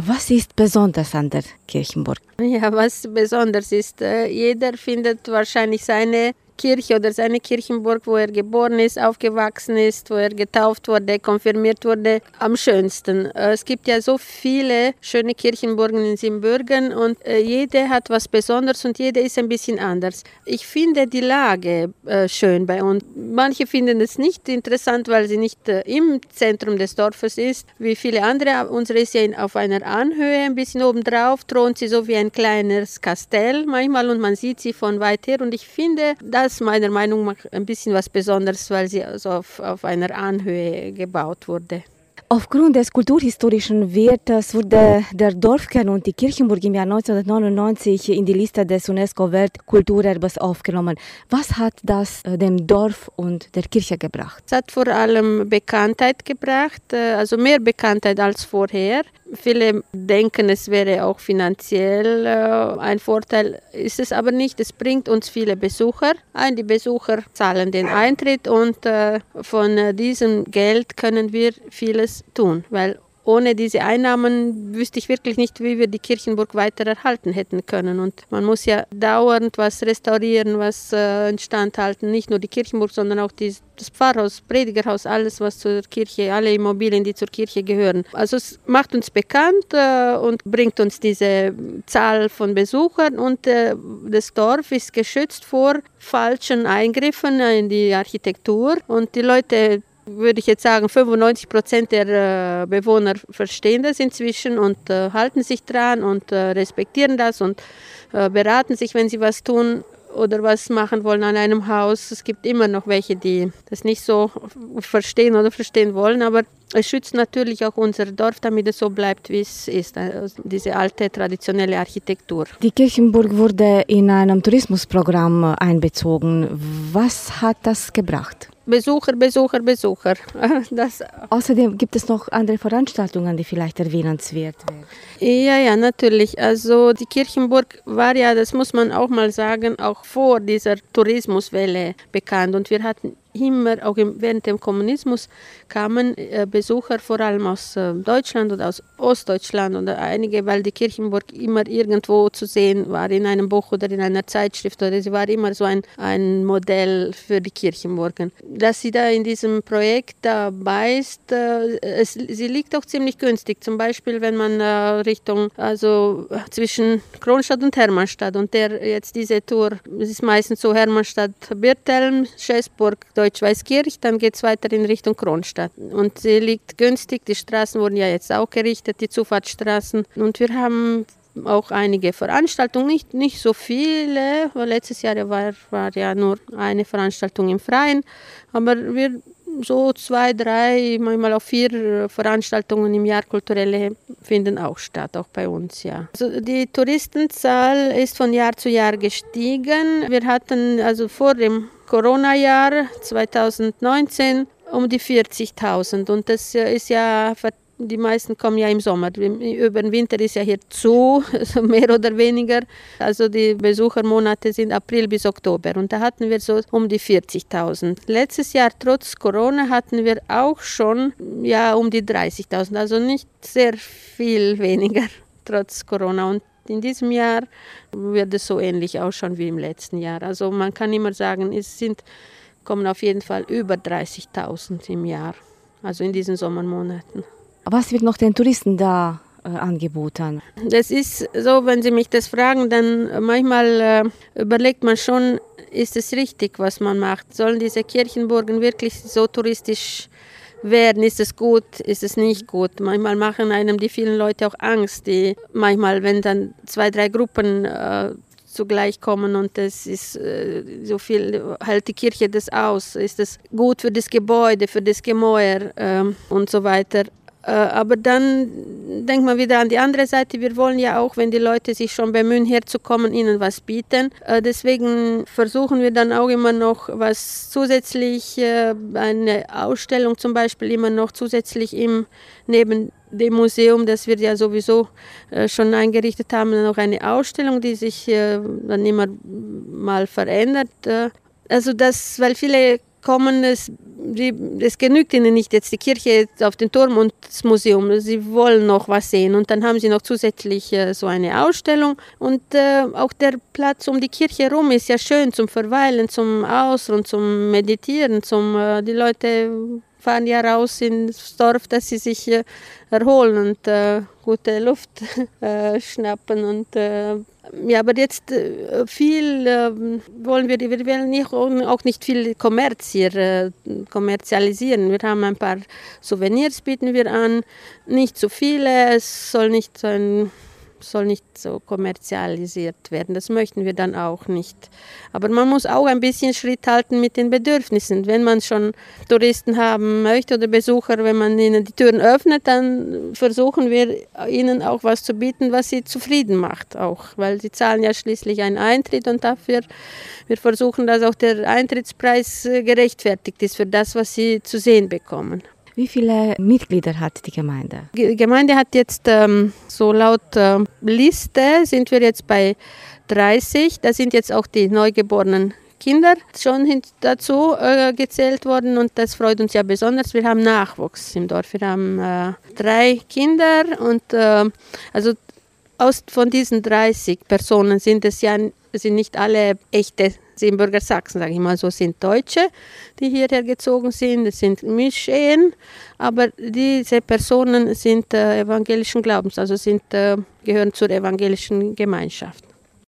Was ist besonders an der Kirchenburg? Ja, was besonders ist, jeder findet wahrscheinlich seine Kirche oder seine Kirchenburg, wo er geboren ist, aufgewachsen ist, wo er getauft wurde, konfirmiert wurde, am schönsten. Es gibt ja so viele schöne Kirchenburgen in Siebenbürgen und jede hat was Besonderes und jede ist ein bisschen anders. Ich finde die Lage schön bei uns. Manche finden es nicht interessant, weil sie nicht im Zentrum des Dorfes ist, wie viele andere. Unsere ist ja auf einer Anhöhe, ein bisschen obendrauf, thront sie so wie ein kleines Kastell manchmal und man sieht sie von weit her und ich finde, das meiner Meinung nach ein bisschen was Besonderes, weil sie also auf einer Anhöhe gebaut wurde. Aufgrund des kulturhistorischen Wertes wurde der Dorfkern und die Kirchenburg im Jahr 1999 in die Liste des UNESCO-Weltkulturerbes aufgenommen. Was hat das dem Dorf und der Kirche gebracht? Es hat vor allem Bekanntheit gebracht, also mehr Bekanntheit als vorher. Viele denken, es wäre auch finanziell ein Vorteil, ist es aber nicht. Es bringt uns viele Besucher ein. Die Besucher zahlen den Eintritt und von diesem Geld können wir vieles tun, weil ohne diese Einnahmen wüsste ich wirklich nicht, wie wir die Kirchenburg weiter erhalten hätten können. Und man muss ja dauernd was restaurieren, was instand halten. Nicht nur die Kirchenburg, sondern auch das Pfarrhaus, Predigerhaus, alles, was zur Kirche, alle Immobilien, die zur Kirche gehören. Also es macht uns bekannt und bringt uns diese Zahl von Besuchern. Und das Dorf ist geschützt vor falschen Eingriffen in die Architektur. Und die Leute, würde ich jetzt sagen, 95% der Bewohner verstehen das inzwischen und halten sich dran und respektieren das und beraten sich, wenn sie was tun oder was machen wollen an einem Haus. Es gibt immer noch welche, die das nicht so verstehen oder verstehen wollen, aber es schützt natürlich auch unser Dorf, damit es so bleibt, wie es ist, also diese alte, traditionelle Architektur. Die Kirchenburg wurde in einem Tourismusprogramm einbezogen. Was hat das gebracht? Besucher. Außerdem gibt es noch andere Veranstaltungen, die vielleicht erwähnenswert wären. Ja, natürlich. Also die Kirchenburg war ja, das muss man auch mal sagen, auch vor dieser Tourismuswelle bekannt. Und wir hatten immer, auch während dem Kommunismus, kamen Besucher vor allem aus Deutschland oder aus Ostdeutschland oder einige, weil die Kirchenburg immer irgendwo zu sehen war, in einem Buch oder in einer Zeitschrift, oder sie war immer so ein Modell für die Kirchenburgen. Dass sie da in diesem Projekt dabei ist, sie liegt auch ziemlich günstig. Zum Beispiel, wenn man also zwischen Kronstadt und Hermannstadt, und jetzt diese Tour, es ist meistens so Hermannstadt-Birtelm, Schäßburg, Deutsch-Weißkirch, dann geht es weiter in Richtung Kronstadt. Und sie liegt günstig, die Straßen wurden ja jetzt auch gerichtet, die Zufahrtsstraßen. Und wir haben auch einige Veranstaltungen, nicht so viele, weil letztes Jahr war ja nur eine Veranstaltung im Freien, aber wir so 2, 3, manchmal auch 4 Veranstaltungen im Jahr kulturelle finden auch statt, auch bei uns, ja. Also die Touristenzahl ist von Jahr zu Jahr gestiegen. Wir hatten also vor dem Corona-Jahr 2019 um die 40.000 und das ist ja, die meisten kommen ja im Sommer. Über den Winter ist ja hier zu, mehr oder weniger. Also die Besuchermonate sind April bis Oktober und da hatten wir so um die 40.000. Letztes Jahr trotz Corona hatten wir auch schon ja um die 30.000, also nicht sehr viel weniger trotz Corona. Und in diesem Jahr wird es so ähnlich ausschauen wie im letzten Jahr. Also man kann immer sagen, kommen auf jeden Fall über 30.000 im Jahr, also in diesen Sommermonaten. Was wird noch den Touristen da angeboten? Das ist so, wenn Sie mich das fragen, dann manchmal überlegt man schon, ist es richtig, was man macht? Sollen diese Kirchenburgen wirklich so touristisch werden? Ist es gut, ist es nicht gut? Manchmal machen einem die vielen Leute auch Angst. Manchmal, wenn dann 2, 3 Gruppen zugleich kommen und es ist so viel, hält die Kirche das aus? Ist es gut für das Gebäude, für das Gemäuer und so weiter? Aber dann denkt man wieder an die andere Seite. Wir wollen ja auch, wenn die Leute sich schon bemühen, herzukommen, ihnen was bieten. Deswegen versuchen wir dann auch immer noch was zusätzlich, eine Ausstellung zum Beispiel immer noch zusätzlich neben dem Museum, das wir ja sowieso schon eingerichtet haben, noch eine Ausstellung, die sich dann immer mal verändert. Also weil viele kommen, es genügt ihnen nicht jetzt die Kirche auf den Turm und das Museum. Sie wollen noch was sehen. Und dann haben sie noch zusätzlich so eine Ausstellung. Und auch der Platz um die Kirche herum ist ja schön zum Verweilen, zum Ausruhen, zum Meditieren. Die Leute fahren ja raus ins Dorf, dass sie sich erholen und gute Luft schnappen. Und ja, aber jetzt viel wollen wir auch nicht viel Kommerz hier kommerzialisieren. Wir haben ein paar Souvenirs, bieten wir an, nicht zu viele, es soll nicht so kommerzialisiert werden. Das möchten wir dann auch nicht. Aber man muss auch ein bisschen Schritt halten mit den Bedürfnissen. Wenn man schon Touristen haben möchte oder Besucher, wenn man ihnen die Türen öffnet, dann versuchen wir ihnen auch was zu bieten, was sie zufrieden macht auch. Weil sie zahlen ja schließlich einen Eintritt und dafür wir versuchen, dass auch der Eintrittspreis gerechtfertigt ist für das, was sie zu sehen bekommen. Wie viele Mitglieder hat die Gemeinde? Die Gemeinde hat jetzt, so laut Liste, sind wir jetzt bei 30. Da sind jetzt auch die neugeborenen Kinder schon dazu gezählt worden und das freut uns ja besonders. Wir haben Nachwuchs im Dorf. Wir haben 3 Kinder und also von diesen 30 Personen sind nicht alle echte Siebenbürger Sachsen, sage ich mal so, sind Deutsche, die hierher gezogen sind. Es sind Mischehen, aber diese Personen sind evangelischen Glaubens, also gehören zur evangelischen Gemeinschaft.